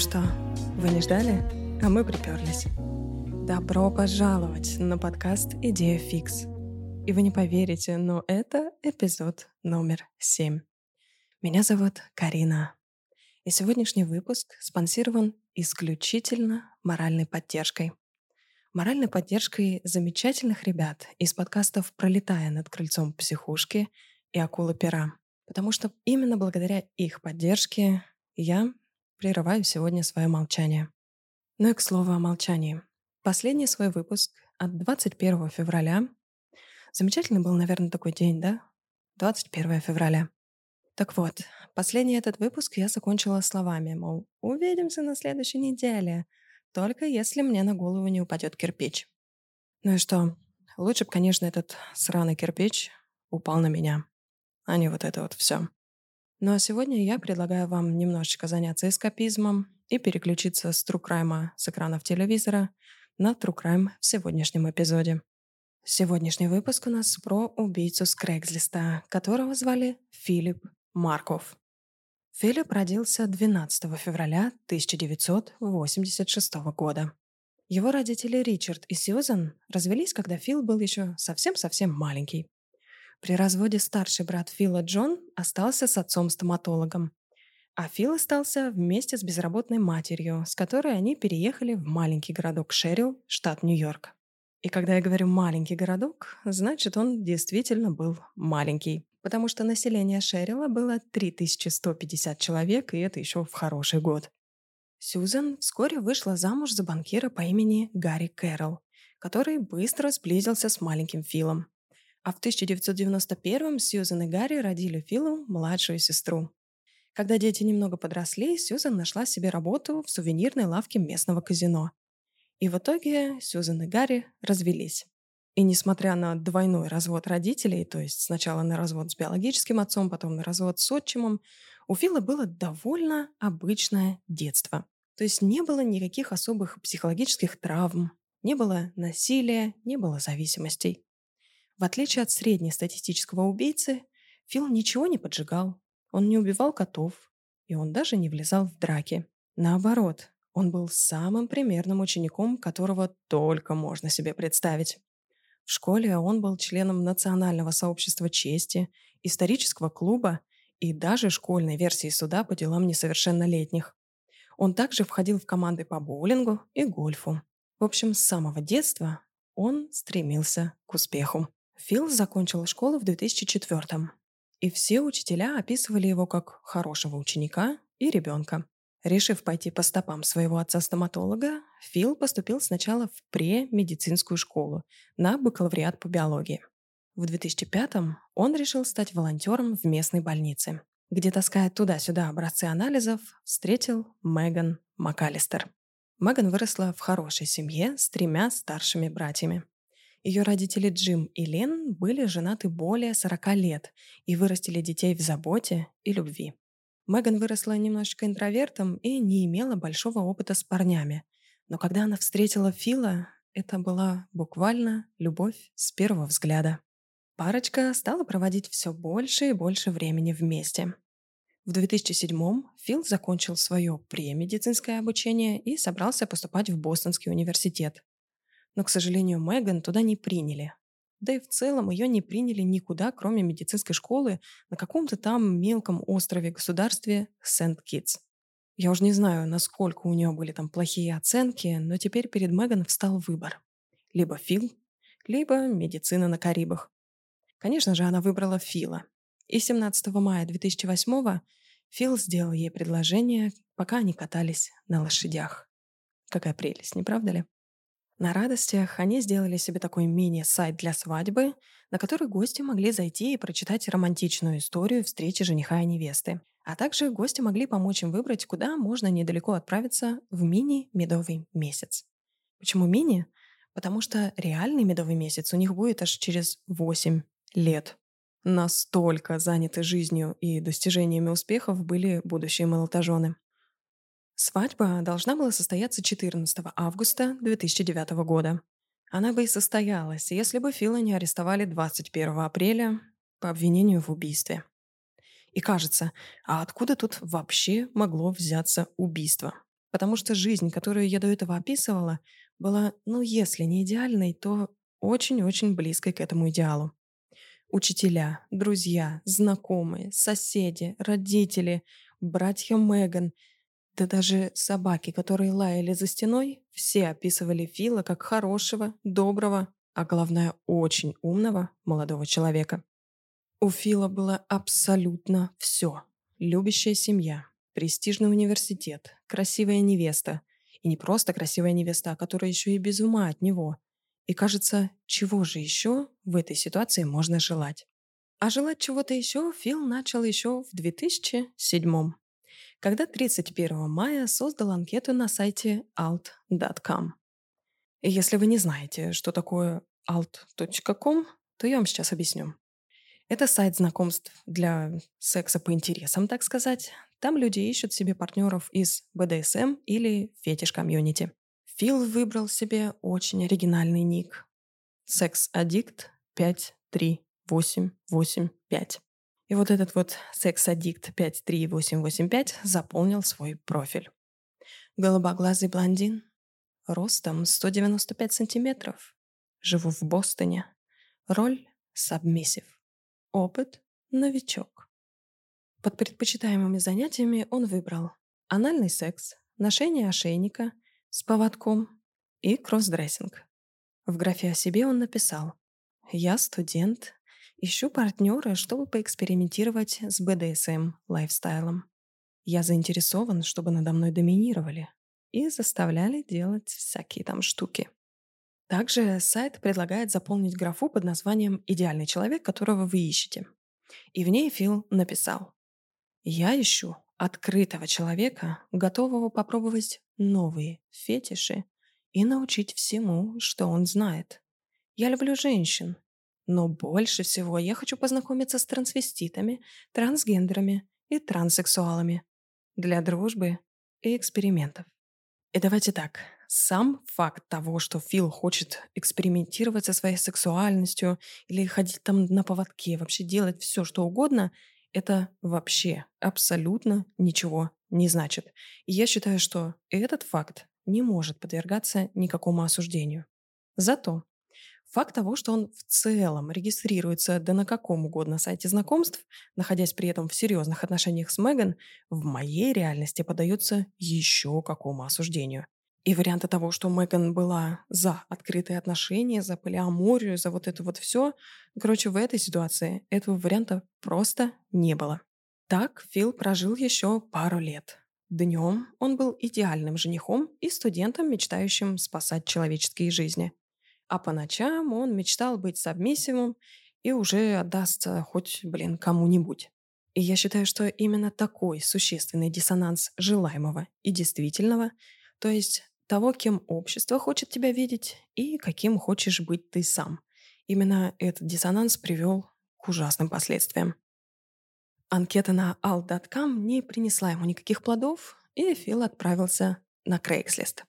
что, вы не ждали? А мы приперлись. Добро пожаловать на подкаст «Идея фикс». И вы не поверите, но это эпизод номер 7. Меня зовут Карина. И сегодняшний выпуск спонсирован исключительно моральной поддержкой. Моральной поддержкой замечательных ребят из подкастов «Пролетая над крыльцом психушки» и «Акула пера». Потому что именно благодаря их поддержке я прерываю сегодня свое молчание. Ну и к слову о молчании. Последний свой выпуск от 21 февраля. Замечательный был, наверное, такой день, да? 21 февраля. Так вот, последний этот выпуск я закончила словами, мол, увидимся на следующей неделе, только если мне на голову не упадет кирпич. Ну и что? Лучше бы, конечно, этот сраный кирпич упал на меня, а не вот это вот все. Ну а сегодня я предлагаю вам немножечко заняться эскапизмом и переключиться с True Crime с экранов телевизора на True Crime в сегодняшнем эпизоде. Сегодняшний выпуск у нас про убийцу с Крейгслиста, которого звали Филипп Марков. Филипп родился 12 февраля 1986 года. Его родители Ричард и Сьюзан развелись, когда Фил был еще совсем-совсем маленький. При разводе старший брат Фила Джон остался с отцом-стоматологом, а Фил остался вместе с безработной матерью, с которой они переехали в маленький городок Шерилл, штат Нью-Йорк. И когда я говорю «маленький городок», значит, он действительно был маленький, потому что население Шерилла было 3150 человек, и это еще в хороший год. Сьюзан вскоре вышла замуж за банкира по имени Гарри Кэрролл, который быстро сблизился с маленьким Филом. А в 1991-м Сьюзан и Гарри родили Филу младшую сестру. Когда дети немного подросли, Сьюзан нашла себе работу в сувенирной лавке местного казино. И в итоге Сьюзан и Гарри развелись. И несмотря на двойной развод родителей, то есть сначала на развод с биологическим отцом, потом на развод с отчимом, у Фила было довольно обычное детство. То есть не было никаких особых психологических травм, не было насилия, не было зависимостей. В отличие от среднестатистического убийцы, Фил ничего не поджигал, он не убивал котов, и он даже не влезал в драки. Наоборот, он был самым примерным учеником, которого только можно себе представить. В школе он был членом Национального сообщества чести, исторического клуба и даже школьной версии суда по делам несовершеннолетних. Он также входил в команды по боулингу и гольфу. В общем, с самого детства он стремился к успеху. Фил закончил школу в 2004-м, и все учителя описывали его как хорошего ученика и ребенка. Решив пойти по стопам своего отца-стоматолога, Фил поступил сначала в премедицинскую школу на бакалавриат по биологии. В 2005-м он решил стать волонтером в местной больнице, где, таская туда-сюда образцы анализов, встретил Меган МакАлистер. Меган выросла в хорошей семье с 3 старшими братьями. Ее родители Джим и Лин были женаты более 40 лет и вырастили детей в заботе и любви. Меган выросла немножечко интровертом и не имела большого опыта с парнями. Но когда она встретила Фила, это была буквально любовь с первого взгляда. Парочка стала проводить все больше и больше времени вместе. В 2007-м Фил закончил свое премедицинское обучение и собрался поступать в Бостонский университет. Но, к сожалению, Меган туда не приняли. Да и в целом ее не приняли никуда, кроме медицинской школы, на каком-то там мелком острове-государстве Сент-Китс. Я уже не знаю, насколько у нее были там плохие оценки, но теперь перед Меган встал выбор. Либо Фил, либо медицина на Карибах. Конечно же, она выбрала Фила. И 17 мая 2008-го Фил сделал ей предложение, пока они катались на лошадях. Какая прелесть, не правда ли? На радостях они сделали себе такой мини-сайт для свадьбы, на который гости могли зайти и прочитать романтичную историю встречи жениха и невесты. А также гости могли помочь им выбрать, куда можно недалеко отправиться в мини-медовый месяц. Почему мини? Потому что реальный медовый месяц у них будет аж через 8 лет. Настолько заняты жизнью и достижениями успехов были будущие молодожены. Свадьба должна была состояться 14 августа 2009 года. Она бы и состоялась, если бы Фила не арестовали 21 апреля по обвинению в убийстве. И кажется, а откуда тут вообще могло взяться убийство? потому что жизнь, которую я до этого описывала, была, если не идеальной, то очень-очень близкой к этому идеалу. Учителя, друзья, знакомые, соседи, родители, братья Меган, да даже собаки, которые лаяли за стеной, все описывали Фила как хорошего, доброго, а главное, очень умного молодого человека. У Фила было абсолютно все. Любящая семья, престижный университет, красивая невеста. И не просто красивая невеста, а которая еще и без ума от него. И кажется, чего же еще в этой ситуации можно желать? А желать чего-то еще Фил начал еще в 2007, когда 31 мая создал анкету на сайте alt.com. И если вы не знаете, что такое alt.com, то я вам сейчас объясню. Это сайт знакомств для секса по интересам, так сказать. Там люди ищут себе партнеров из BDSM или фетиш-комьюнити. Фил выбрал себе очень оригинальный ник. Секс-аддикт 53885. И вот этот вот секс-аддикт 53885 заполнил свой профиль. Голубоглазый блондин, ростом 195 сантиметров. Живу в Бостоне. Роль – сабмиссив. Опыт – новичок. Под предпочитаемыми занятиями он выбрал анальный секс, ношение ошейника с поводком и кроссдрессинг. В графе о себе он написал: «Я студент, ищу партнера, чтобы поэкспериментировать с БДСМ лайфстайлом. Я заинтересован, чтобы надо мной доминировали и заставляли делать всякие там штуки». Также сайт предлагает заполнить графу под названием «Идеальный человек, которого вы ищете». И в ней Фил написал: «Я ищу открытого человека, готового попробовать новые фетиши и научить всему, что он знает. Я люблю женщин, но больше всего я хочу познакомиться с трансвеститами, трансгендерами и транссексуалами для дружбы и экспериментов». И давайте так, сам факт того, что Фил хочет экспериментировать со своей сексуальностью или ходить там на поводке, вообще делать все, что угодно, это вообще абсолютно ничего не значит. И я считаю, что этот факт не может подвергаться никакому осуждению. Зато факт того, что он в целом регистрируется да на каком угодно сайте знакомств, находясь при этом в серьезных отношениях с Меган, в моей реальности поддается еще какому осуждению. И варианта того, что Меган была за открытые отношения, за полиаморию, за вот это вот все, короче, в этой ситуации этого варианта просто не было. Так Фил прожил еще пару лет. Днем он был идеальным женихом и студентом, мечтающим спасать человеческие жизни. А по ночам он мечтал быть сабмиссивом и уже отдастся хоть, кому-нибудь. И я считаю, что именно такой существенный диссонанс желаемого и действительного, то есть того, кем общество хочет тебя видеть и каким хочешь быть ты сам. Именно этот диссонанс привел к ужасным последствиям. Анкета на alt.com не принесла ему никаких плодов, и Фил отправился на Craigslist.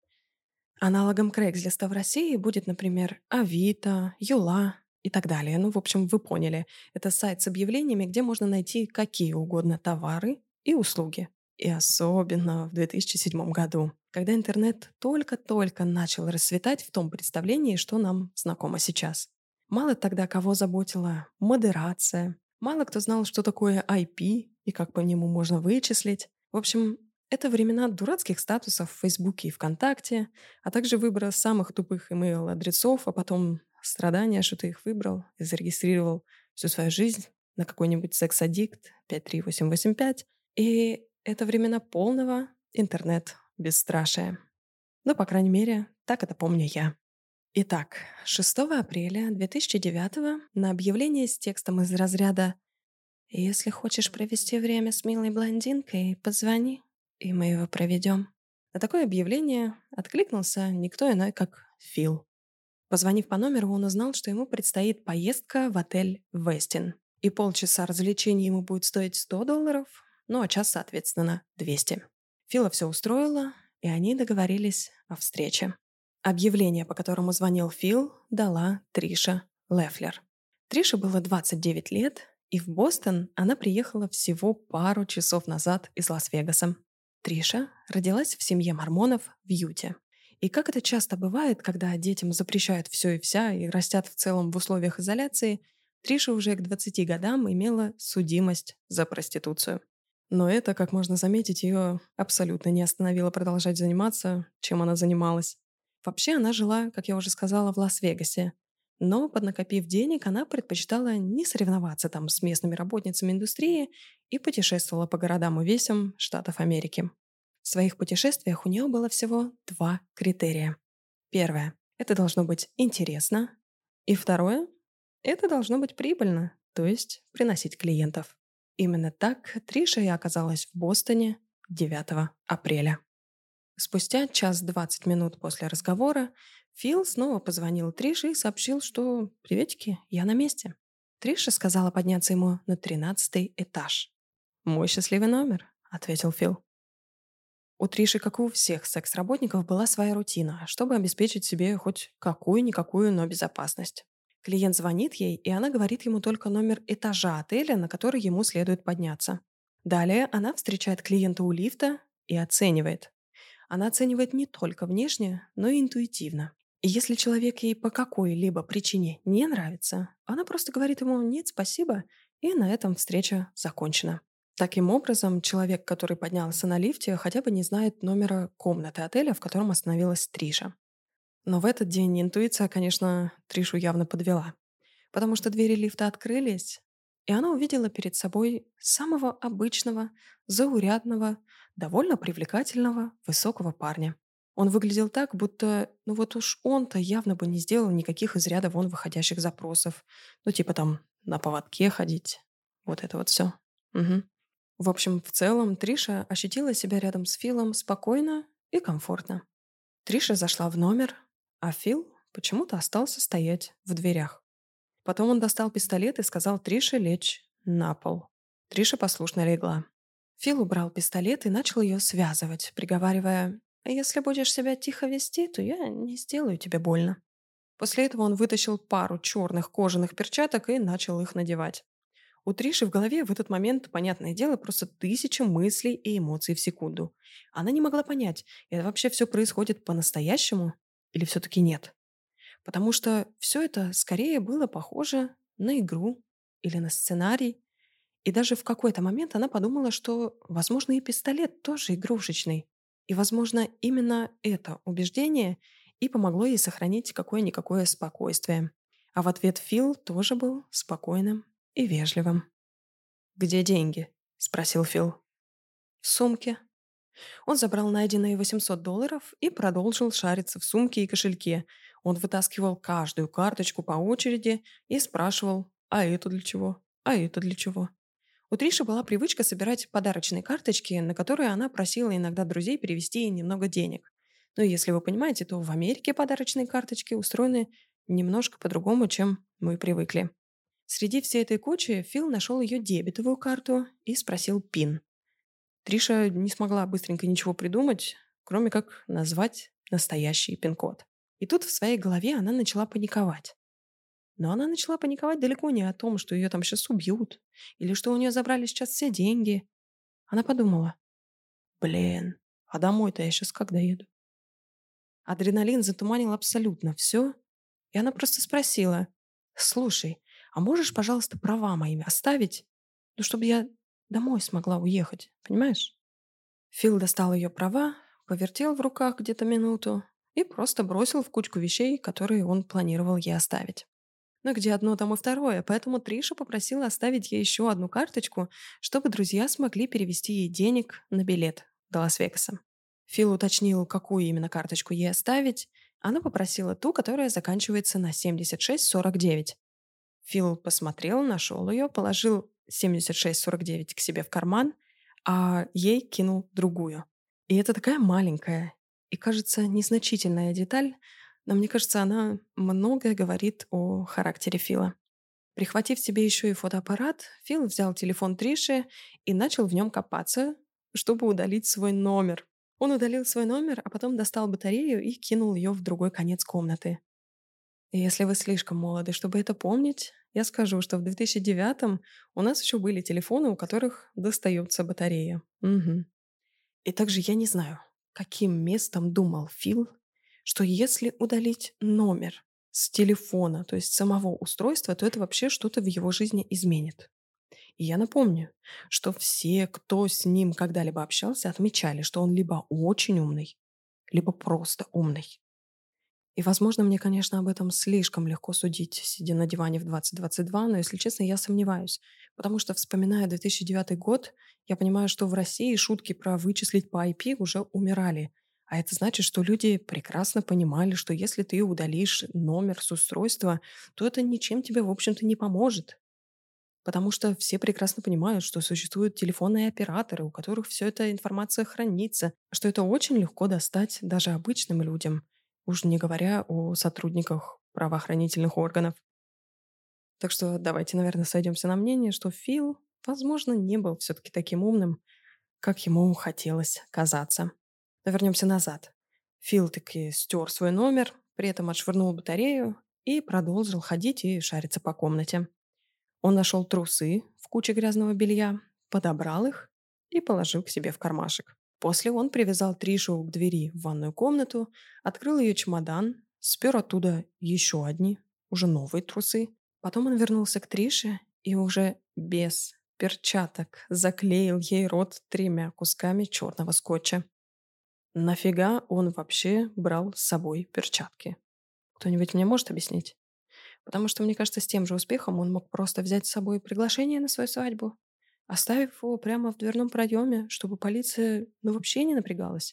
Аналогом Craigslist в России будет, например, Авито, Юла и так далее. В общем, вы поняли. Это сайт с объявлениями, где можно найти какие угодно товары и услуги. И особенно в 2007 году, когда интернет только-только начал расцветать в том представлении, что нам знакомо сейчас. Мало тогда кого заботила модерация, мало кто знал, что такое IP и как по нему можно вычислить. В общем, это времена дурацких статусов в Фейсбуке и ВКонтакте, а также выбора самых тупых email-адресов, а потом страдания, что ты их выбрал и зарегистрировал всю свою жизнь на какой-нибудь секс-аддикт 53885. И это времена полного интернет-бесстрашия. По крайней мере, так это помню я. Итак, 6 апреля 2009 на объявление с текстом из разряда «Если хочешь провести время с милой блондинкой, позвони, и мы его проведем». На такое объявление откликнулся никто иной, как Фил. Позвонив по номеру, он узнал, что ему предстоит поездка в отель «Вестин». И полчаса развлечений ему будет стоить $100, а час, соответственно, 200. Фила все устроило, и они договорились о встрече. Объявление, по которому звонил Фил, дала Триша Лефлер. Трише было 29 лет, и в Бостон она приехала всего пару часов назад из Лас-Вегаса. Триша родилась в семье мормонов в Юте. И как это часто бывает, когда детям запрещают все и вся и растят в целом в условиях изоляции, Триша уже к 20 годам имела судимость за проституцию. Но это, как можно заметить, ее абсолютно не остановило продолжать заниматься, чем она занималась. Вообще она жила, как я уже сказала, в Лас-Вегасе. Но, поднакопив денег, она предпочитала не соревноваться там с местными работницами индустрии и путешествовала по городам и весям штатов Америки. В своих путешествиях у нее было всего два критерия. Первое — это должно быть интересно. И второе — это должно быть прибыльно, то есть приносить клиентов. Именно так Триша и оказалась в Бостоне 9 апреля. Спустя 1 час 20 минут после разговора Фил снова позвонил Трише и сообщил, что «Приветики, я на месте». Триша сказала подняться ему на 13-й этаж. «Мой счастливый номер», — ответил Фил. У Триши, как и у всех секс-работников, была своя рутина, чтобы обеспечить себе хоть какую-никакую, но безопасность. Клиент звонит ей, и она говорит ему только номер этажа отеля, на который ему следует подняться. Далее она встречает клиента у лифта и оценивает. Она оценивает не только внешне, но и интуитивно. И если человек ей по какой-либо причине не нравится, она просто говорит ему «нет, спасибо», и на этом встреча закончена. Таким образом, человек, который поднялся на лифте, хотя бы не знает номера комнаты отеля, в котором остановилась Триша. Но в этот день интуиция, конечно, Тришу явно подвела, потому что двери лифта открылись, и она увидела перед собой самого обычного, заурядного, довольно привлекательного, высокого парня. Он выглядел так, будто, ну вот уж он-то явно бы не сделал никаких из ряда вон выходящих запросов. Ну типа там на поводке ходить, вот это вот все. В общем, в целом, Триша ощутила себя рядом с Филом спокойно и комфортно. Триша зашла в номер, а Фил почему-то остался стоять в дверях. Потом он достал пистолет и сказал Трише лечь на пол. Триша послушно легла. Фил убрал пистолет и начал ее связывать, приговаривая: «Если будешь себя тихо вести, то я не сделаю тебе больно». После этого он вытащил пару черных кожаных перчаток и начал их надевать. У Триши в голове в этот момент, понятное дело, просто тысяча мыслей и эмоций в секунду. Она не могла понять, это вообще все происходит по-настоящему или все-таки нет. Потому что все это скорее было похоже на игру или на сценарий. И даже в какой-то момент она подумала, что, возможно, и пистолет тоже игрушечный. И, возможно, именно это убеждение и помогло ей сохранить какое-никакое спокойствие. А в ответ Фил тоже был спокойным и вежливым. «Где деньги?» — спросил Фил. «В сумке». Он забрал найденные $800 и продолжил шариться в сумке и кошельке. Он вытаскивал каждую карточку по очереди и спрашивал: «А это для чего? А это для чего?» У Триши была привычка собирать подарочные карточки, на которые она просила иногда друзей перевести ей немного денег. Но если вы понимаете, то в Америке подарочные карточки устроены немножко по-другому, чем мы привыкли. Среди всей этой кучи Фил нашел ее дебетовую карту и спросил ПИН. Триша не смогла быстренько ничего придумать, кроме как назвать настоящий пин-код. И тут в своей голове она начала паниковать. Но она начала паниковать далеко не о том, что ее там сейчас убьют, или что у нее забрали сейчас все деньги. Она подумала: «Блин, а домой-то я сейчас как доеду?» Адреналин затуманил абсолютно все, и она просто спросила: «Слушай, а можешь, пожалуйста, права моими оставить? Ну, чтобы я домой смогла уехать, понимаешь?» Фил достал ее права, повертел в руках где-то минуту и просто бросил в кучку вещей, которые он планировал ей оставить. Но где одно, там и второе, поэтому Триша попросила оставить ей еще одну карточку, чтобы друзья смогли перевести ей денег на билет до Лас-Вегаса. Фил уточнил, какую именно карточку ей оставить. Она попросила ту, которая заканчивается на 7649. Фил посмотрел, нашел ее, положил 7649 к себе в карман, а ей кинул другую. И это такая маленькая и, кажется, незначительная деталь, но мне кажется, она многое говорит о характере Фила. Прихватив себе еще и фотоаппарат, Фил взял телефон Триши и начал в нем копаться, чтобы удалить свой номер. Он удалил свой номер, а потом достал батарею и кинул ее в другой конец комнаты. И если вы слишком молоды, чтобы это помнить, я скажу, что в 2009 у нас еще были телефоны, у которых достается батарея. Мгм. И также я не знаю, каким местом думал Фил, что если удалить номер с телефона, то есть самого устройства, то это вообще что-то в его жизни изменит. И я напомню, что все, кто с ним когда-либо общался, отмечали, что он либо очень умный, либо просто умный. И, возможно, мне, конечно, об этом слишком легко судить, сидя на диване в 2022, но, если честно, я сомневаюсь. Потому что, вспоминая 2009 год, я понимаю, что в России шутки про вычислить по IP уже умирали. А это значит, что люди прекрасно понимали, что если ты удалишь номер с устройства, то это ничем тебе, в общем-то, не поможет. Потому что все прекрасно понимают, что существуют телефонные операторы, у которых все эта информация хранится, что это очень легко достать даже обычным людям, уж не говоря о сотрудниках правоохранительных органов. Так что давайте, наверное, сойдемся на мнении, что Фил, возможно, не был все-таки таким умным, как ему хотелось казаться. Но вернемся назад. Фил таки стер свой номер, при этом отшвырнул батарею и продолжил ходить и шариться по комнате. Он нашел трусы в куче грязного белья, подобрал их и положил к себе в кармашек. После он привязал Тришу к двери в ванную комнату, открыл ее чемодан, спер оттуда еще одни, уже новые трусы. Потом он вернулся к Трише и уже без перчаток заклеил ей рот 3 кусками черного скотча. Нафига он вообще брал с собой перчатки? Кто-нибудь мне может объяснить? Потому что, мне кажется, с тем же успехом он мог просто взять с собой приглашение на свою свадьбу, оставив его прямо в дверном проеме, чтобы полиция, ну, вообще не напрягалась.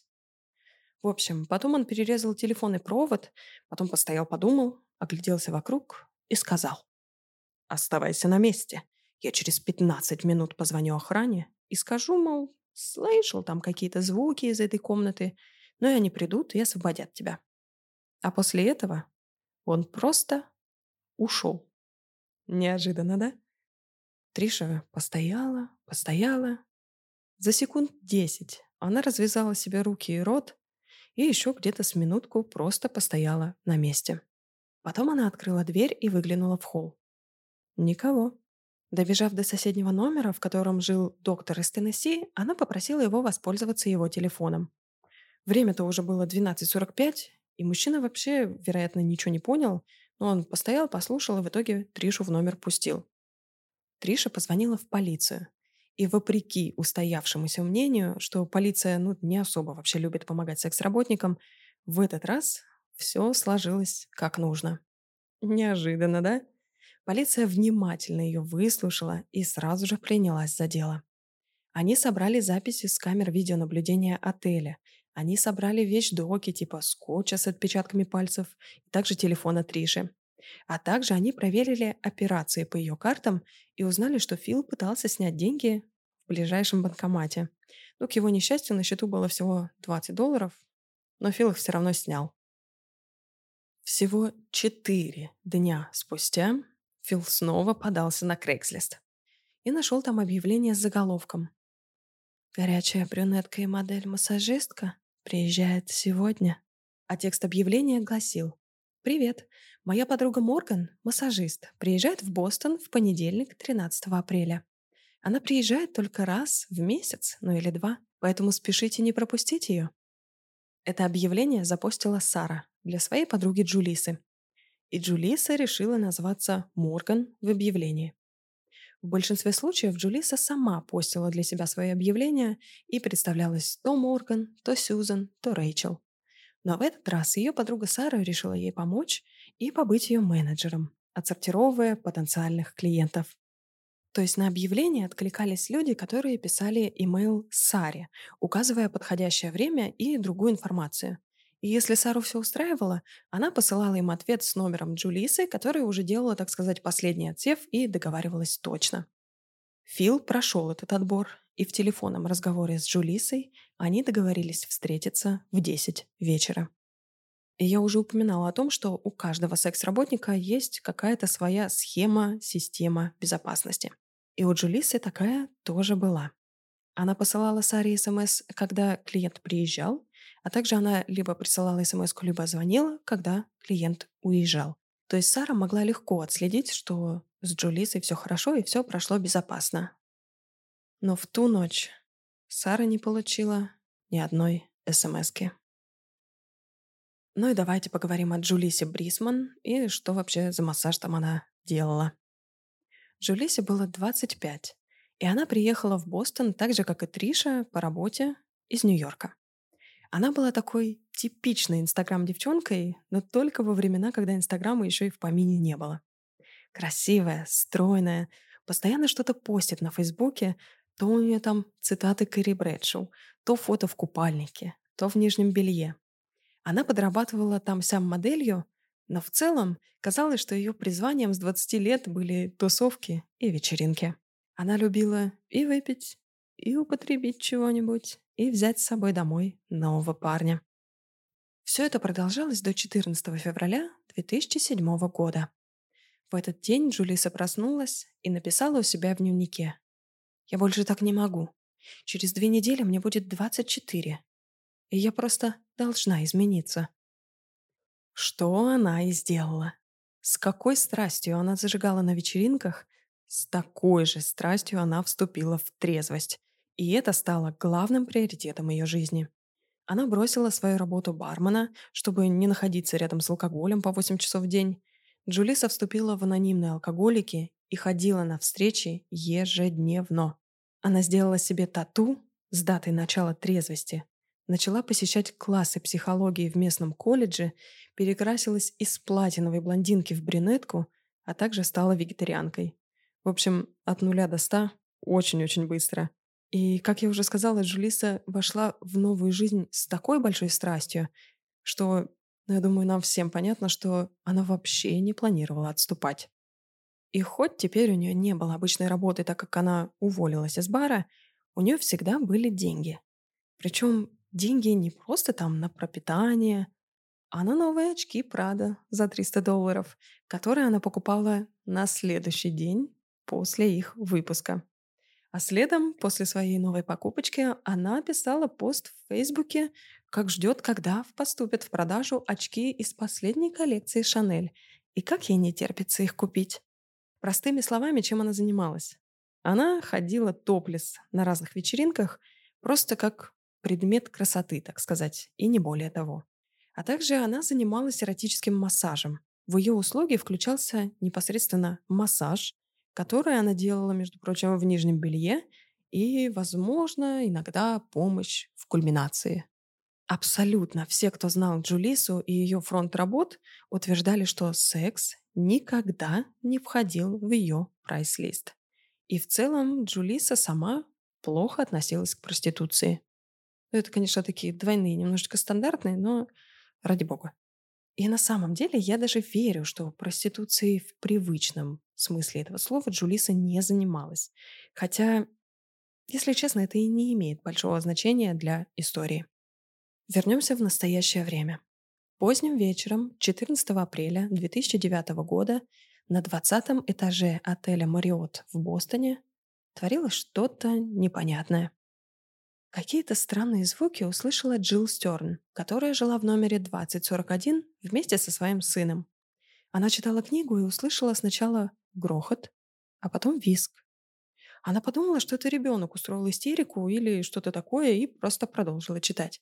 В общем, потом он перерезал телефонный провод, потом постоял, подумал, огляделся вокруг и сказал: «Оставайся на месте. Я через 15 минут позвоню охране и скажу, мол, слышал там какие-то звуки из этой комнаты, но и они придут и освободят тебя». А после этого он просто ушел. Неожиданно, да? Триша постояла, постояла. За секунд 10 она развязала себе руки и рот и еще где-то с минутку просто постояла на месте. Потом она открыла дверь и выглянула в холл. Никого. Добежав до соседнего номера, в котором жил доктор из Теннесси, она попросила его воспользоваться его телефоном. Время-то уже было 12:45, и мужчина вообще, вероятно, ничего не понял, но он постоял, послушал и в итоге Тришу в номер пустил. Триша позвонила в полицию. И вопреки устоявшемуся мнению, что полиция не особо вообще любит помогать секс-работникам, в этот раз все сложилось как нужно. Неожиданно, да? Полиция внимательно ее выслушала и сразу же принялась за дело. Они собрали записи с камер видеонаблюдения отеля. Они собрали вещдоки типа скотча с отпечатками пальцев и также телефона Триши. А также они проверили операции по ее картам и узнали, что Фил пытался снять деньги в ближайшем банкомате. Ну, к его несчастью, на счету было всего $20, но Фил их все равно снял. Всего 4 дня спустя Фил снова подался на Craigslist и нашел там объявление с заголовком: «Горячая брюнетка и модель-массажистка приезжает сегодня». А текст объявления гласил: «Привет, моя подруга Морган, массажист, приезжает в Бостон в понедельник, 13 апреля. Она приезжает только раз в месяц, ну или два, поэтому спешите не пропустить ее». Это объявление запостила Сара для своей подруги Джулисы. И Джулиса решила назваться Морган в объявлении. В большинстве случаев Джулиса сама постила для себя свои объявления и представлялась то Морган, то Сьюзан, то Рэйчел. Но в этот раз ее подруга Сара решила ей помочь и побыть ее менеджером, отсортировывая потенциальных клиентов. То есть на объявления откликались люди, которые писали имейл Саре, указывая подходящее время и другую информацию. И если Сару все устраивало, она посылала им ответ с номером Джулисы, которая уже делала, так сказать, последний отсев и договаривалась точно. Фил прошел этот отбор, и в телефонном разговоре с Джулисой они договорились встретиться в 10 вечера. И я уже упоминала о том, что у каждого секс-работника есть какая-то своя схема, система безопасности. И у Джулисы такая тоже была. Она посылала Саре СМС, когда клиент приезжал, а также она либо присылала СМС, либо звонила, когда клиент уезжал. То есть Сара могла легко отследить, что с Джулисой все хорошо и все прошло безопасно. Но в ту ночь Сара не получила ни одной смски. Ну и давайте поговорим о Джулисе Брисман и что вообще за массаж там она делала. Джулисе было 25, и она приехала в Бостон так же, как и Триша, по работе из Нью-Йорка. Она была такой типичной инстаграм-девчонкой, но только во времена, когда инстаграма еще и в помине не было. Красивая, стройная, постоянно что-то постит на Фейсбуке, то у нее там цитаты Кэрри Брэдшоу, то фото в купальнике, то в нижнем белье. Она подрабатывала там сам моделью, но в целом казалось, что ее призванием с 20 лет были тусовки и вечеринки. Она любила и выпить, и употребить чего-нибудь, и взять с собой домой нового парня. Все это продолжалось до 14 февраля 2007 года. В этот день Джулиса проснулась и написала у себя в дневнике: «Я больше так не могу. Через 2 недели мне будет 24, и я просто должна измениться». Что она и сделала. С какой страстью она зажигала на вечеринках, с такой же страстью она вступила в трезвость. И это стало главным приоритетом ее жизни. Она бросила свою работу бармена, чтобы не находиться рядом с алкоголем по 8 часов в день. Джулиса вступила в анонимные алкоголики и ходила на встречи ежедневно. Она сделала себе тату с датой начала трезвости, начала посещать классы психологии в местном колледже, перекрасилась из платиновой блондинки в брюнетку, а также стала вегетарианкой. В общем, от 0 до 100 очень-очень быстро. И, как я уже сказала, Джулиса вошла в новую жизнь с такой большой страстью, что, ну, я думаю, нам всем понятно, что она вообще не планировала отступать. И хоть теперь у нее не было обычной работы, так как она уволилась из бара, у нее всегда были деньги. Причем деньги не просто там на пропитание, а на новые очки Прада за $300, которые она покупала на следующий день после их выпуска. А следом, после своей новой покупочки, она писала пост в Фейсбуке, как ждет, когда поступят в продажу очки из последней коллекции Шанель, и как ей не терпится их купить. Простыми словами, чем она занималась? Она ходила топлес на разных вечеринках, просто как предмет красоты, так сказать, и не более того. А также она занималась эротическим массажем. В ее услуги включался непосредственно массаж, который она делала, между прочим, в нижнем белье, и, возможно, иногда помощь в кульминации. Абсолютно все, кто знал Джулису и ее фронт работ, утверждали, что секс никогда не входил в ее прайс-лист. И в целом Джулиса сама плохо относилась к проституции. Ну, это, конечно, такие двойные, немножечко стандартные, но ради бога. И на самом деле я даже верю, что проституцией в привычном смысле этого слова Джулиса не занималась. Хотя, если честно, это и не имеет большого значения для истории. Вернемся в настоящее время. Поздним вечером 14 апреля 2009 года на 20-м этаже отеля «Мариотт» в Бостоне творилось что-то непонятное. Какие-то странные звуки услышала Джилл Стерн, которая жила в номере 2041 вместе со своим сыном. Она читала книгу и услышала сначала грохот, а потом визг. Она подумала, что это ребенок устроил истерику или что-то такое, и просто продолжила читать.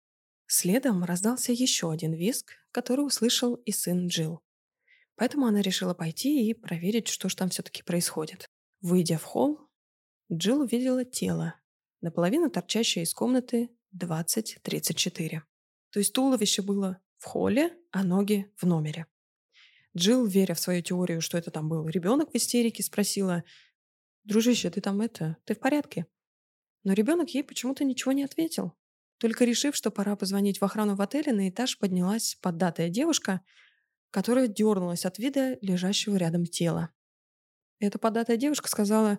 Следом раздался еще один визг, который услышал и сын Джилл. Поэтому она решила пойти и проверить, что же там все-таки происходит. Выйдя в холл, Джилл увидела тело, наполовину торчащее из комнаты 2034. То есть туловище было в холле, а ноги в номере. Джилл, веря в свою теорию, что это там был ребенок в истерике, спросила: «Дружище, ты в порядке?» Но ребенок ей почему-то ничего не ответил. Только решив, что пора позвонить в охрану в отеле, на этаж поднялась поддатая девушка, которая дернулась от вида лежащего рядом тела. Эта поддатая девушка сказала: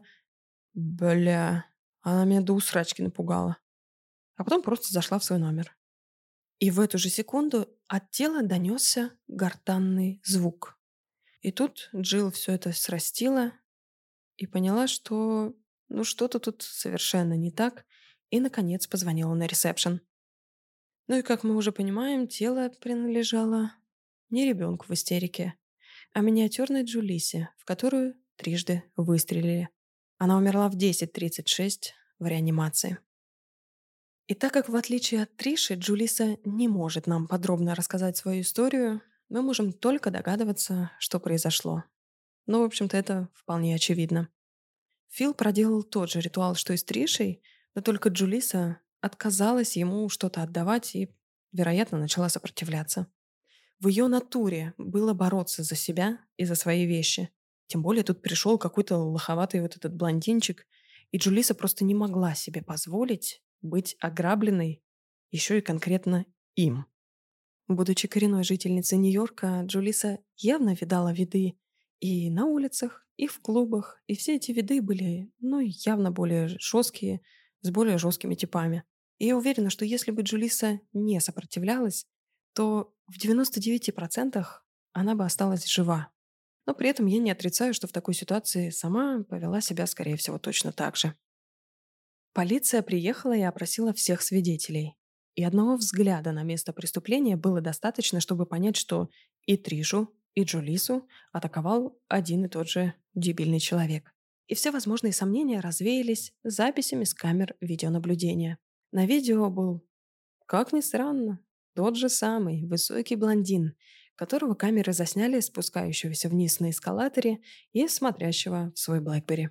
«Бля, она меня до усрачки напугала». А потом просто зашла в свой номер. И в эту же секунду от тела донесся гортанный звук. И тут Джилл все это срастила и поняла, что ну что-то тут совершенно не так, и, наконец, позвонила на ресепшн. Ну и, как мы уже понимаем, тело принадлежало не ребенку в истерике, а миниатюрной Джулисе, в которую трижды выстрелили. Она умерла в 10:36 в реанимации. И так как, в отличие от Триши, Джулиса не может нам подробно рассказать свою историю, мы можем только догадываться, что произошло. Но, в общем-то, это вполне очевидно. Фил проделал тот же ритуал, что и с Тришей, но только Джулиса отказалась ему что-то отдавать и, вероятно, начала сопротивляться. В ее натуре было бороться за себя и за свои вещи. Тем более тут пришел какой-то лоховатый вот этот блондинчик, и Джулиса просто не могла себе позволить быть ограбленной еще и конкретно им. Будучи коренной жительницей Нью-Йорка, Джулиса явно видала виды и на улицах, и в клубах, и все эти виды были, ну, явно более жесткие, с более жесткими типами. И я уверена, что если бы Джулиса не сопротивлялась, то в 99% она бы осталась жива. Но при этом я не отрицаю, что в такой ситуации сама повела себя, скорее всего, точно так же. Полиция приехала и опросила всех свидетелей. И одного взгляда на место преступления было достаточно, чтобы понять, что и Тришу, и Джулису атаковал один и тот же дебильный человек. И все возможные сомнения развеялись записями с камер видеонаблюдения. На видео был, как ни странно, тот же самый высокий блондин, которого камеры засняли спускающегося вниз на эскалаторе и смотрящего в свой Блэкбери.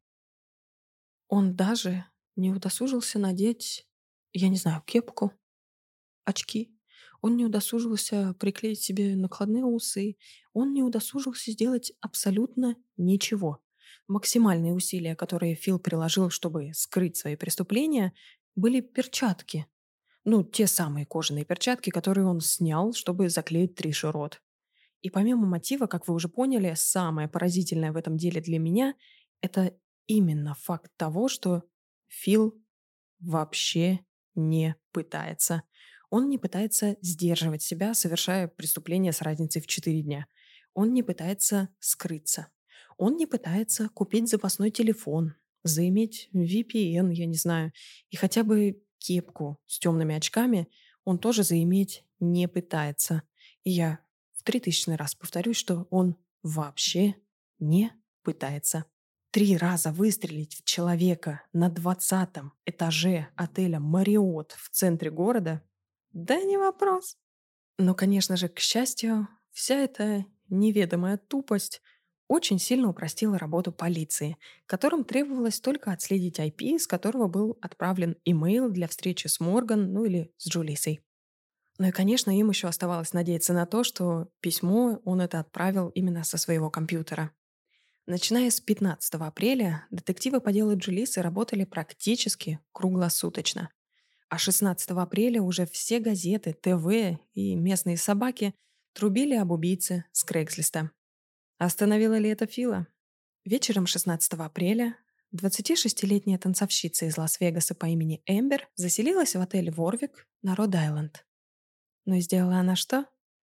Он даже не удосужился надеть, я не знаю, кепку, очки. Он не удосужился приклеить себе накладные усы. Он не удосужился сделать абсолютно ничего. Максимальные усилия, которые Фил приложил, чтобы скрыть свои преступления, были перчатки. Ну, те самые кожаные перчатки, которые он снял, чтобы заклеить Трише рот. И помимо мотива, как вы уже поняли, самое поразительное в этом деле для меня — это именно факт того, что Фил вообще не пытается. Он не пытается сдерживать себя, совершая преступление с разницей в 4 дня. Он не пытается скрыться. Он не пытается купить запасной телефон, заиметь VPN, я не знаю, и хотя бы кепку с темными очками он тоже заиметь не пытается. И я в 3000 раз повторюсь, что он вообще не пытается. 3 раза выстрелить в человека на 20-м этаже отеля «Мариот» в центре города? Да не вопрос. Но, конечно же, к счастью, вся эта неведомая тупость очень сильно упростила работу полиции, которым требовалось только отследить IP, с которого был отправлен имейл для встречи с Морган, ну или с Джулисой. Ну и, конечно, им еще оставалось надеяться на то, что письмо он это отправил именно со своего компьютера. Начиная с 15 апреля детективы по делу Джулисы работали практически круглосуточно. А 16 апреля уже все газеты, ТВ и местные собаки трубили об убийце с Крейгслиста. Остановила ли это Фила? Вечером 16 апреля 26-летняя танцовщица из Лас-Вегаса по имени Эмбер заселилась в отель «Ворвик» на Род-Айленд. Но сделала она что?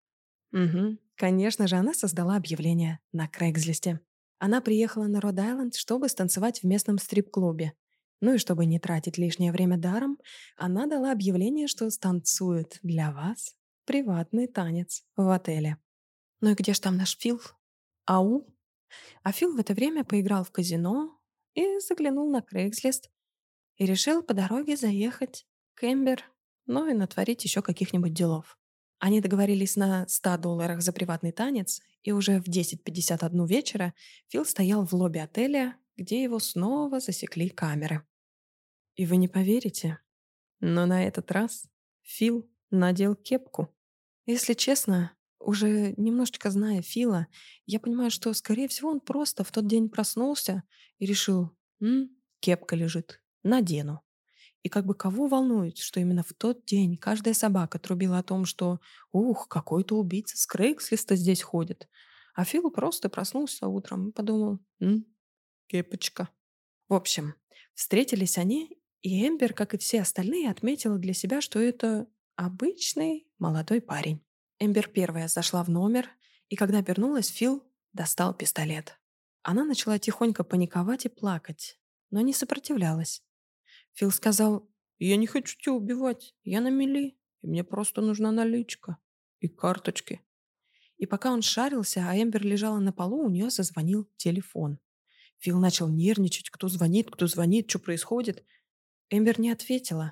Конечно же, она создала объявление на Крейгслисте. Она приехала на Род-Айленд, чтобы станцевать в местном стрип-клубе. Ну и чтобы не тратить лишнее время даром, она дала объявление, что станцует для вас приватный танец в отеле. Ну и где ж там наш Фил? Ау? А Фил в это время поиграл в казино и заглянул на Craigslist и решил по дороге заехать к Эмбер, ну и натворить еще каких-нибудь делов. Они договорились на $100 за приватный танец, и уже в 10:51 вечера Фил стоял в лобби отеля, где его снова засекли камеры. И вы не поверите, но на этот раз Фил надел кепку. Если честно, уже немножечко зная Фила, я понимаю, что, скорее всего, он просто в тот день проснулся и решил: кепка лежит, надену». И как бы кого волнует, что именно в тот день каждая собака трубила о том, что «Ух, какой-то убийца с Крейгслиста здесь ходит». А Фил просто проснулся утром и подумал: кепочка». В общем, встретились они, и Эмбер, как и все остальные, отметила для себя, что это обычный молодой парень. Эмбер первая зашла в номер, и когда обернулась, Фил достал пистолет. Она начала тихонько паниковать и плакать, но не сопротивлялась. Фил сказал: «Я не хочу тебя убивать, я на мели, и мне просто нужна наличка и карточки». И пока он шарился, а Эмбер лежала на полу, у нее зазвонил телефон. Фил начал нервничать: кто звонит, что происходит. Эмбер не ответила,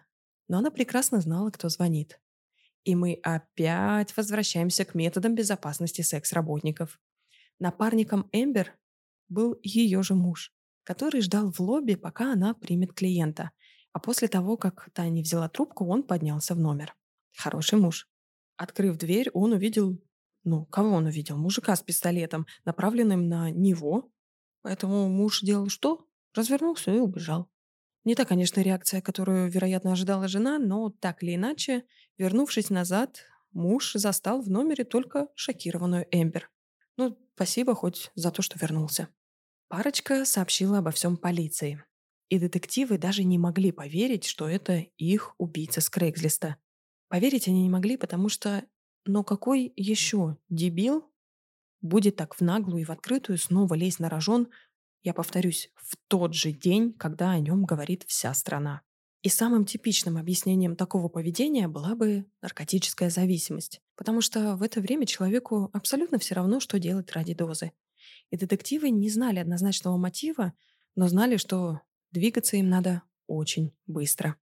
Но она прекрасно знала, кто звонит. И мы опять возвращаемся к методам безопасности секс-работников. Напарником Эмбер был ее же муж, который ждал в лобби, пока она примет клиента. А после того, как та не взяла трубку, он поднялся в номер. Хороший муж. Открыв дверь, он увидел... Ну, кого он увидел? Мужика с пистолетом, направленным на него. Поэтому муж делал что? Развернулся и убежал. Не та, конечно, реакция, которую, вероятно, ожидала жена, но так или иначе, вернувшись назад, муж застал в номере только шокированную Эмбер. Ну, спасибо хоть за то, что вернулся. Парочка сообщила обо всем полиции. И детективы даже не могли поверить, что это их убийца с Крейгслиста. Поверить они не могли, потому что... Но какой еще дебил будет так в наглую и в открытую снова лезть на рожон, я повторюсь, в тот же день, когда о нем говорит вся страна? И самым типичным объяснением такого поведения была бы наркотическая зависимость, потому что в это время человеку абсолютно все равно, что делать ради дозы. И детективы не знали однозначного мотива, но знали, что двигаться им надо очень быстро.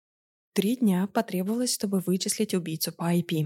3 дня потребовалось, чтобы вычислить убийцу по IP.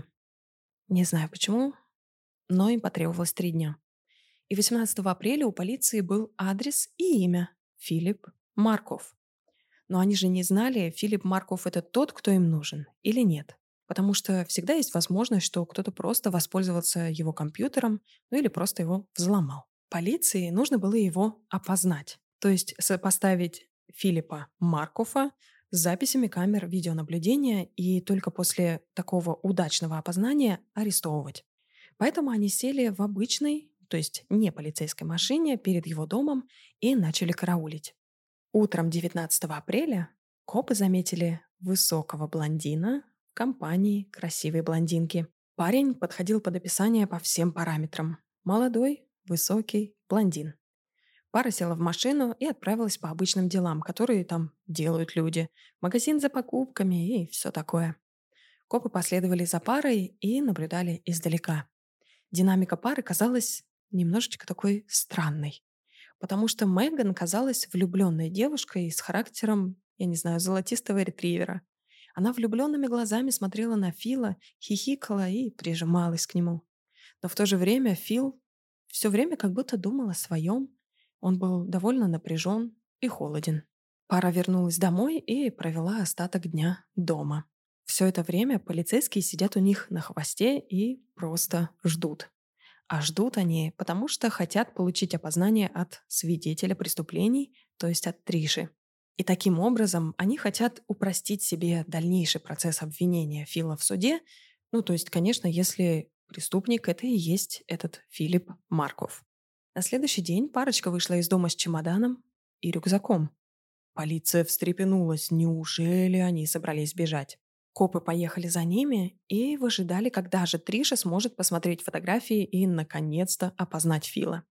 Не знаю почему, но им потребовалось 3 дня. И 18 апреля у полиции был адрес и имя — Филипп Марков. Но они же не знали, Филипп Марков — это тот, кто им нужен, или нет. Потому что всегда есть возможность, что кто-то просто воспользовался его компьютером, ну или просто его взломал. Полиции нужно было его опознать, то есть сопоставить Филиппа Маркова с записями камер видеонаблюдения и только после такого удачного опознания арестовывать. Поэтому они сели в обычной, то есть не полицейской машине перед его домом и начали караулить. Утром 19 апреля копы заметили высокого блондина в компании красивой блондинки. Парень подходил под описание по всем параметрам. Молодой, высокий, блондин. Пара села в машину и отправилась по обычным делам, которые там делают люди. Магазин за покупками и все такое. Копы последовали за парой и наблюдали издалека. Динамика пары казалась немножечко такой странной, потому что Меган казалась влюбленной девушкой с характером, я не знаю, золотистого ретривера. Она влюбленными глазами смотрела на Фила, хихикала и прижималась к нему. Но в то же время Фил все время как будто думал о своем. Он был довольно напряжен и холоден. Пара вернулась домой и провела остаток дня дома. Все это время полицейские сидят у них на хвосте и просто ждут. А ждут они, потому что хотят получить опознание от свидетеля преступлений, то есть от Триши. И таким образом они хотят упростить себе дальнейший процесс обвинения Фила в суде. Ну, то есть, конечно, если преступник — это и есть этот Филипп Марков. На следующий день парочка вышла из дома с чемоданом и рюкзаком. Полиция встрепенулась. Неужели они собрались бежать? Копы поехали за ними и выжидали, когда же Триша сможет посмотреть фотографии и, наконец-то, опознать Фила.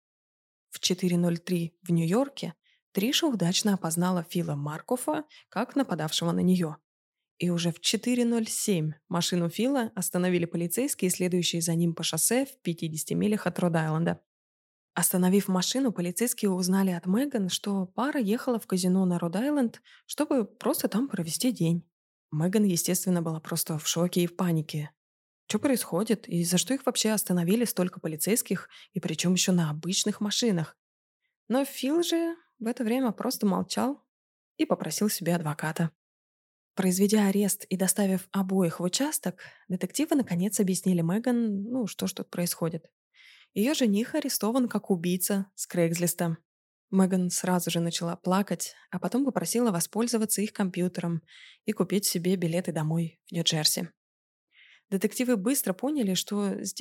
В 4:03 в Нью-Йорке Триша удачно опознала Фила Маркофа как нападавшего на нее. И уже в 4:07 машину Фила остановили полицейские, следующие за ним по шоссе в 50 милях от Род-Айленда. Остановив машину, полицейские узнали от Меган, что пара ехала в казино на Род-Айленд, чтобы просто там провести день. Меган, естественно, была просто в шоке и в панике. Что происходит? И за что их вообще остановили столько полицейских, и причем еще на обычных машинах? Но Фил же в это время просто молчал и попросил себе адвоката. Произведя арест и доставив обоих в участок, детективы наконец объяснили Меган, ну, что ж тут происходит. Ее жених арестован как убийца с Крейгслиста. Меган сразу же начала плакать, а потом попросила воспользоваться их компьютером и купить себе билеты домой в Нью-Джерси. Детективы быстро поняли, что с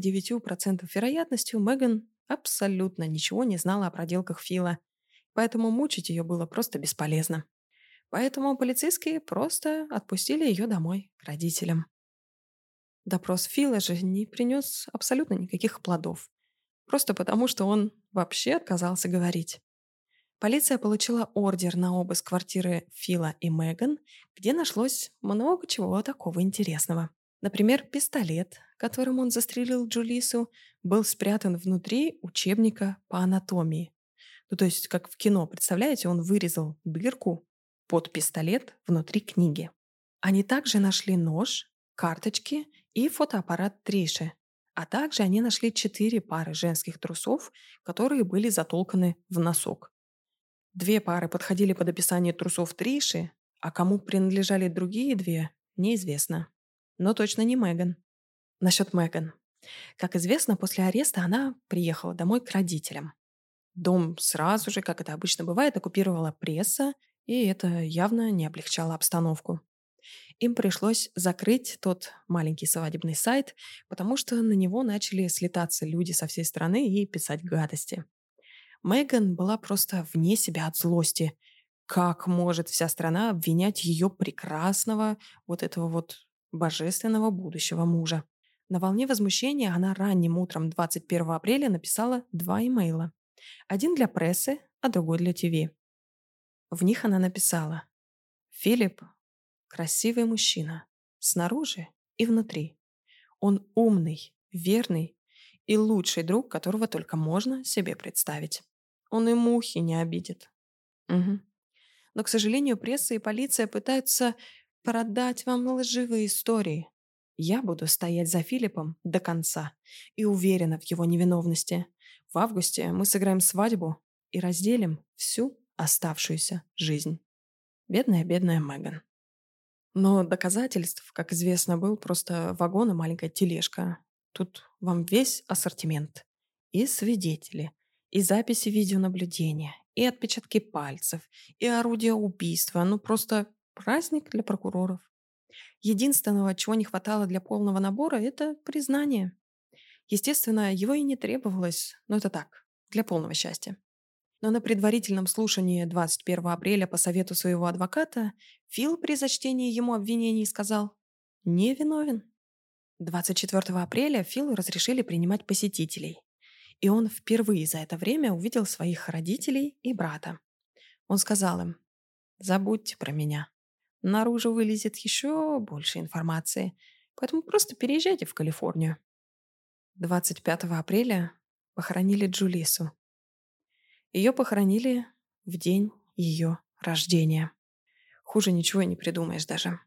99% вероятностью Меган абсолютно ничего не знала о проделках Фила, поэтому мучить ее было просто бесполезно. Поэтому полицейские просто отпустили ее домой к родителям. Допрос Фила же не принес абсолютно никаких плодов. Просто потому, что он вообще отказался говорить. Полиция получила ордер на обыск квартиры Фила и Меган, где нашлось много чего такого интересного. Например, пистолет, которым он застрелил Джулису, был спрятан внутри учебника по анатомии. Ну, то есть, как в кино, представляете, он вырезал дырку под пистолет внутри книги. Они также нашли нож, карточки и фотоаппарат Триши. А также они нашли 4 пары женских трусов, которые были затолканы в носок. 2 пары подходили под описание трусов Триши, а кому принадлежали другие 2, неизвестно. Но точно не Меган. Насчет Меган. Как известно, после ареста она приехала домой к родителям. Дом сразу же, как это обычно бывает, оккупировала пресса, и это явно не облегчало обстановку. Им пришлось закрыть тот маленький свадебный сайт, потому что на него начали слетаться люди со всей страны и писать гадости. Меган была просто вне себя от злости. Как может вся страна обвинять ее прекрасного, вот этого вот божественного будущего мужа? На волне возмущения она ранним утром 21 апреля написала 2 имейла. Один для прессы, а другой для ТВ. В них она написала: «Филипп — красивый мужчина, снаружи и внутри. Он умный, верный и лучший друг, которого только можно себе представить. Он и мухи не обидит». Мгм. Но, к сожалению, пресса и полиция пытаются продать вам лживые истории. Я буду стоять за Филиппом до конца и уверена в его невиновности. В августе мы сыграем свадьбу и разделим всю оставшуюся жизнь. Бедная Меган. Но доказательств, как известно, был просто вагон и маленькая тележка. Тут вам весь ассортимент. И свидетели, и записи видеонаблюдения, и отпечатки пальцев, и орудия убийства. Ну просто праздник для прокуроров. Единственного, чего не хватало для полного набора, это признание. Естественно, его и не требовалось, но это так, для полного счастья. Но на предварительном слушании 21 апреля по совету своего адвоката Фил при зачтении ему обвинений сказал «не виновен». 24 апреля Филу разрешили принимать посетителей. И он впервые за это время увидел своих родителей и брата. Он сказал им: «Забудьте про меня. Наружу вылезет еще больше информации, поэтому просто переезжайте в Калифорнию». 25 апреля похоронили Джулису. Ее похоронили в день ее рождения. Хуже ничего и не придумаешь даже.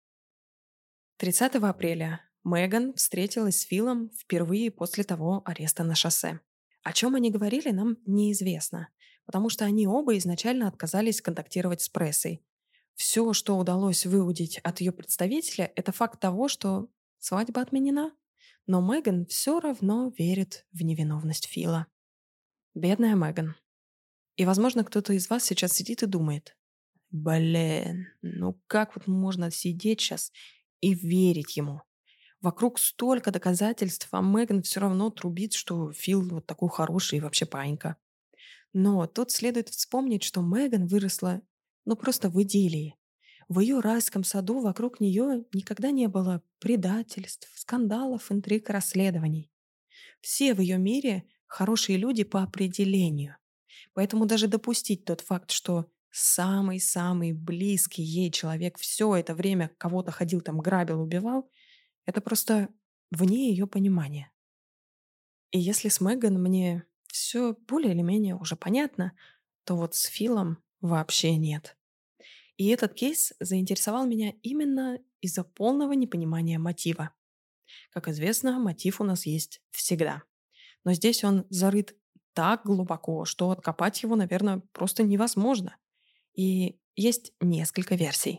30 апреля Меган встретилась с Филом впервые после того ареста на шоссе. О чем они говорили, нам неизвестно, потому что они оба изначально отказались контактировать с прессой. Все, что удалось выудить от ее представителя, это факт того, что свадьба отменена. Но Меган все равно верит в невиновность Фила. Бедная Меган. И, возможно, кто-то из вас сейчас сидит и думает: «Блин, ну как вот можно сидеть сейчас и верить ему? Вокруг столько доказательств, а Меган все равно трубит, что Фил вот такой хороший и вообще панька». Но тут следует вспомнить, что Меган выросла, ну просто в идиллии. В ее райском саду вокруг нее никогда не было предательств, скандалов, интриг, расследований. Все в ее мире хорошие люди по определению. Поэтому даже допустить тот факт, что самый-самый близкий ей человек все это время кого-то ходил там, грабил, убивал, это просто вне ее понимания. И если с Меган мне все более или менее уже понятно, то вот с Филом вообще нет. И этот кейс заинтересовал меня именно из-за полного непонимания мотива. Как известно, мотив у нас есть всегда. Но здесь он зарыт так глубоко, что откопать его, наверное, просто невозможно. И есть несколько версий.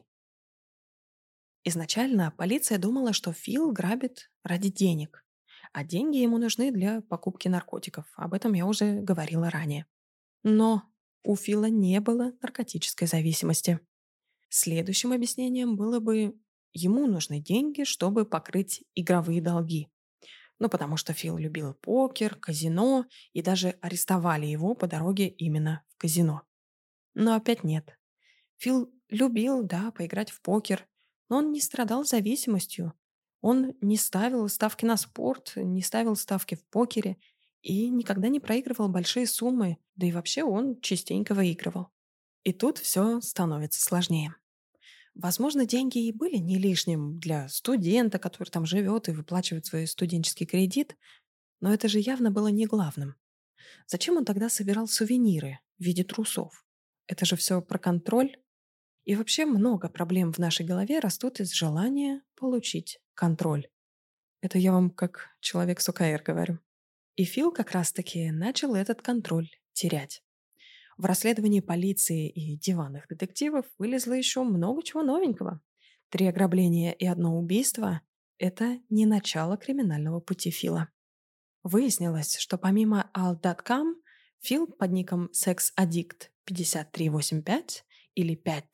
Изначально полиция думала, что Фил грабит ради денег, а деньги ему нужны для покупки наркотиков. Об этом я уже говорила ранее. Но у Фила не было наркотической зависимости. Следующим объяснением было бы: ему нужны деньги, чтобы покрыть игровые долги. Ну, потому что Фил любил покер, казино, и даже арестовали его по дороге именно в казино. Но опять нет. Фил любил, да, поиграть в покер, но он не страдал зависимостью. Он не ставил ставки на спорт, не ставил ставки в покере и никогда не проигрывал большие суммы, да и вообще он частенько выигрывал. И тут все становится сложнее. Возможно, деньги и были не лишним для студента, который там живет и выплачивает свой студенческий кредит, но это же явно было не главным. Зачем он тогда собирал сувениры в виде трусов? Это же все про контроль. И вообще много проблем в нашей голове растут из желания получить контроль. Это я вам как человек с ОКР говорю. И Фил как раз-таки начал этот контроль терять. В расследовании полиции и диванных детективов вылезло еще много чего новенького. 3 ограбления и одно убийство — это не начало криминального пути Фила. Выяснилось, что помимо All.com, Фил под ником SexAddict 5385 или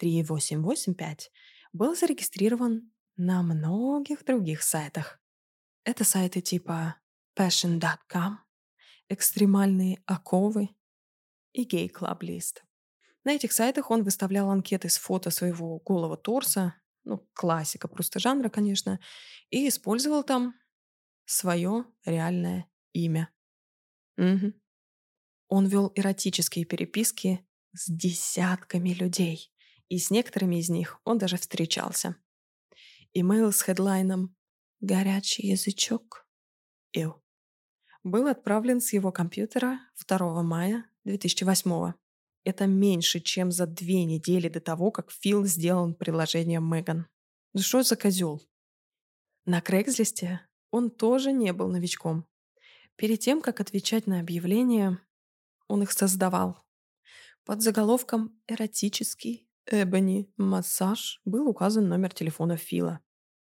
53885 был зарегистрирован на многих других сайтах. Это сайты типа Passion.com, экстремальные оковы и гей-клаб-лист. На этих сайтах он выставлял анкеты с фото своего голого торса, ну, классика просто жанра, конечно, и использовал там свое реальное имя. Мгм. Он вел эротические переписки с десятками людей, и с некоторыми из них он даже встречался. Имейл с хедлайном «Горячий язычок» Ил был отправлен с его компьютера 2 мая 2008. Это меньше, чем за 2 недели до того, как Фил сделал предложение Меган. Ну что за козел? На Крейгслисте он тоже не был новичком. Перед тем, как отвечать на объявления, он их создавал. Под заголовком «Эротический Эбони массаж» был указан номер телефона Фила.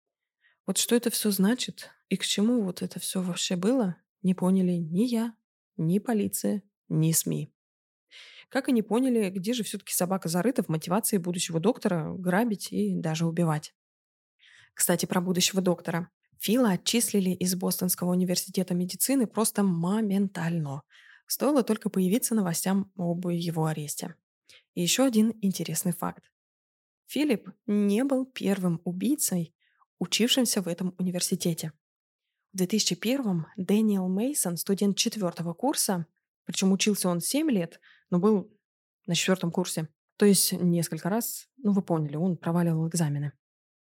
Вот что это все значит и к чему вот это все вообще было, не поняли ни я, ни полиция, ни СМИ. Как и не поняли, где же все-таки собака зарыта в мотивации будущего доктора грабить и даже убивать. Кстати, про будущего доктора. Фила отчислили из Бостонского университета медицины просто моментально. Стоило только появиться новостям об его аресте. И еще один интересный факт. Филипп не был первым убийцей, учившимся в этом университете. В 2001-м Дэниел Мейсон, студент 4-го курса, причем учился он 7 лет, но был на 4-м курсе, то есть несколько раз, ну вы поняли, он проваливал экзамены.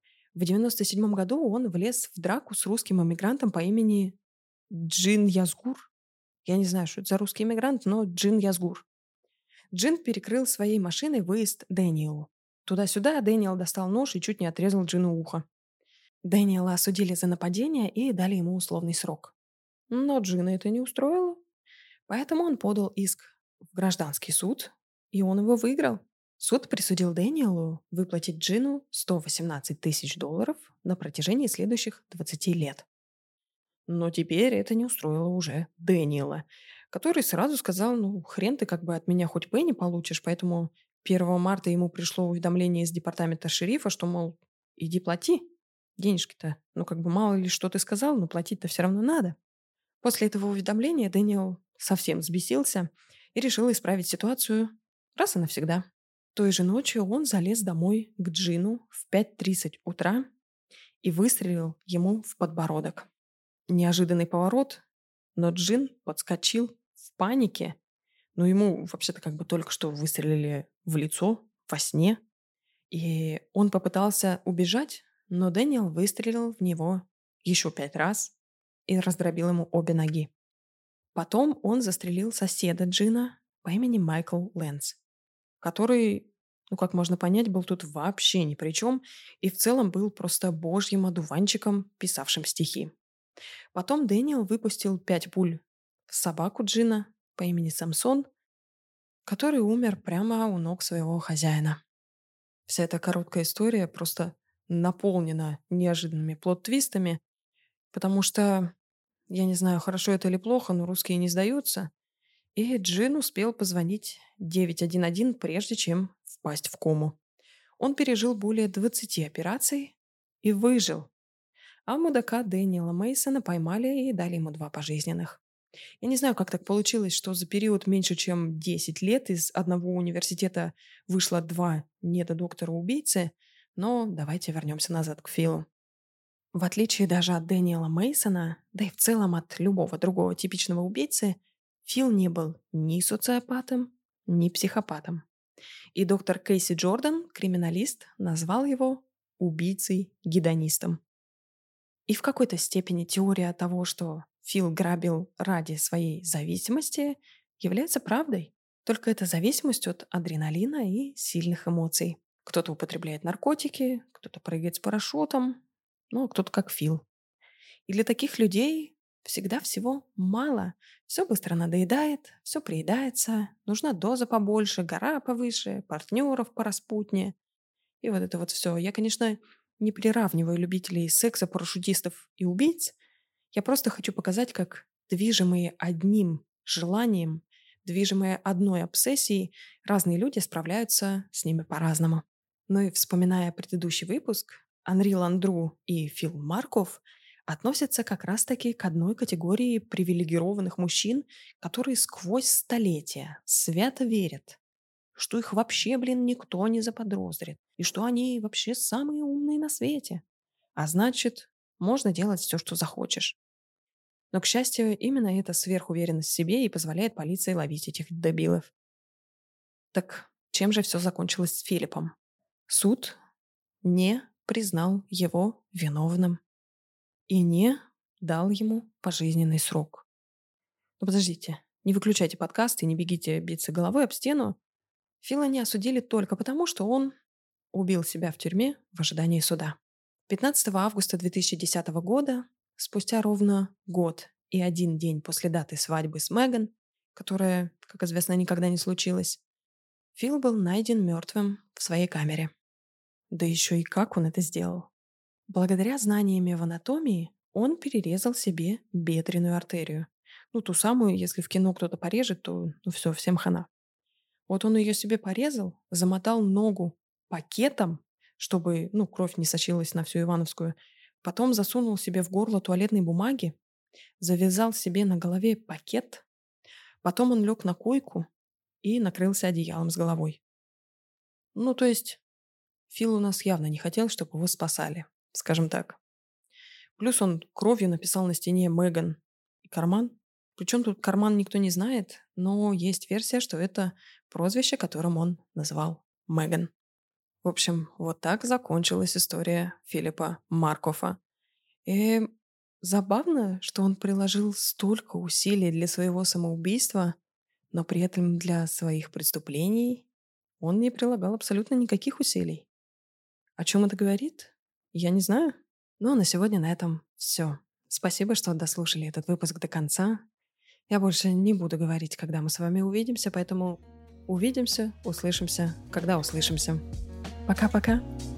В 97-м году он влез в драку с русским иммигрантом по имени Джин Язгур. Я не знаю, что это за русский иммигрант, но Джин Язгур. Джин перекрыл своей машиной выезд Дэниелу. Туда-сюда Дэниел достал нож и чуть не отрезал Джину ухо. Дэниела осудили за нападение и дали ему условный срок. Но Джина это не устроило, поэтому он подал иск в гражданский суд, и он его выиграл. Суд присудил Дэниелу выплатить Джину $118 000 на протяжении следующих 20 лет. Но теперь это не устроило уже Дэниела, который сразу сказал, ну, хрен ты как бы от меня хоть пенни получишь, поэтому 1 марта ему пришло уведомление из департамента шерифа, что, мол, иди плати. Денежки-то, ну, как бы мало ли что ты сказал, но платить-то все равно надо. После этого уведомления Дэниел совсем взбесился и решил исправить ситуацию раз и навсегда. Той же ночью он залез домой к Джину в 5:30 утра и выстрелил ему в подбородок. Неожиданный поворот, но Джин подскочил в панике. Но ему вообще-то как бы только что выстрелили в лицо во сне. И он попытался убежать, но Дэниел выстрелил в него еще 5 раз и раздробил ему обе ноги. Потом он застрелил соседа Джина по имени Майкл Лэнс, который, ну как можно понять, был тут вообще ни при чем и в целом был просто божьим одуванчиком, писавшим стихи. Потом Дэниел выпустил 5 пуль в собаку Джина по имени Самсон, который умер прямо у ног своего хозяина. Вся эта короткая история просто наполнена неожиданными плот-твистами, потому что, я не знаю, хорошо это или плохо, но русские не сдаются, и Джин успел позвонить 911, прежде чем впасть в кому. Он пережил более 20 операций и выжил, а мудака Дэниела Мейсона поймали и дали ему 2 пожизненных. Я не знаю, как так получилось, что за период меньше, чем 10 лет из одного университета вышло 2 недодоктора-убийцы, но давайте вернемся назад к Филу. В отличие даже от Дэниела Мейсона, да и в целом от любого другого типичного убийцы, Фил не был ни социопатом, ни психопатом. И доктор Кейси Джордан, криминалист, назвал его убийцей-гедонистом. И в какой-то степени теория того, что Фил грабил ради своей зависимости, является правдой. Только это зависимость от адреналина и сильных эмоций. Кто-то употребляет наркотики, кто-то прыгает с парашютом, ну, а кто-то как Фил. И для таких людей всегда всего мало. Все быстро надоедает, все приедается, нужна доза побольше, гора повыше, партнеров пораспутнее. И вот это вот все. Я, конечно, не приравниваю любителей секса, парашютистов и убийц. Я просто хочу показать, как движимые одним желанием, движимые одной обсессией, разные люди справляются с ними по-разному. Ну и вспоминая предыдущий выпуск, Анри Ландру и Фил Марков относятся как раз-таки к одной категории привилегированных мужчин, которые сквозь столетия свято верят, что их вообще, никто не заподозрит, и что они вообще самые умные на свете. А значит, можно делать все, что захочешь. Но, к счастью, именно эта сверхуверенность в себе и позволяет полиции ловить этих дебилов. Так чем же все закончилось с Филиппом? Суд не признал его виновным и не дал ему пожизненный срок. Но подождите, не выключайте подкаст и не бегите биться головой об стену. Фила не осудили только потому, что он убил себя в тюрьме в ожидании суда. 15 августа 2010 года, спустя ровно год и один день после даты свадьбы с Меган, которая, как известно, никогда не случилась, Фил был найден мертвым в своей камере. Да еще и как он это сделал. Благодаря знаниям в анатомии он перерезал себе бедренную артерию. Ну, ту самую, если в кино кто-то порежет, то все, всем хана. Вот он ее себе порезал, замотал ногу пакетом, чтобы, кровь не сочилась на всю Ивановскую. Потом засунул себе в горло туалетной бумаги, завязал себе на голове пакет. Потом он лег на койку и накрылся одеялом с головой. Ну, то есть Фил у нас явно не хотел, чтобы его спасали, скажем так. Плюс он кровью написал на стене Меган и карман. Причем тут карман никто не знает, но есть версия, что это прозвище, которым он назвал Меган. В общем, вот так закончилась история Филиппа Маркофа. И забавно, что он приложил столько усилий для своего самоубийства, но при этом для своих преступлений он не прилагал абсолютно никаких усилий. О чем это говорит? Я не знаю. Ну а на сегодня на этом все. Спасибо, что дослушали этот выпуск до конца. Я больше не буду говорить, когда мы с вами увидимся, поэтому увидимся, услышимся, когда услышимся. Пока-пока.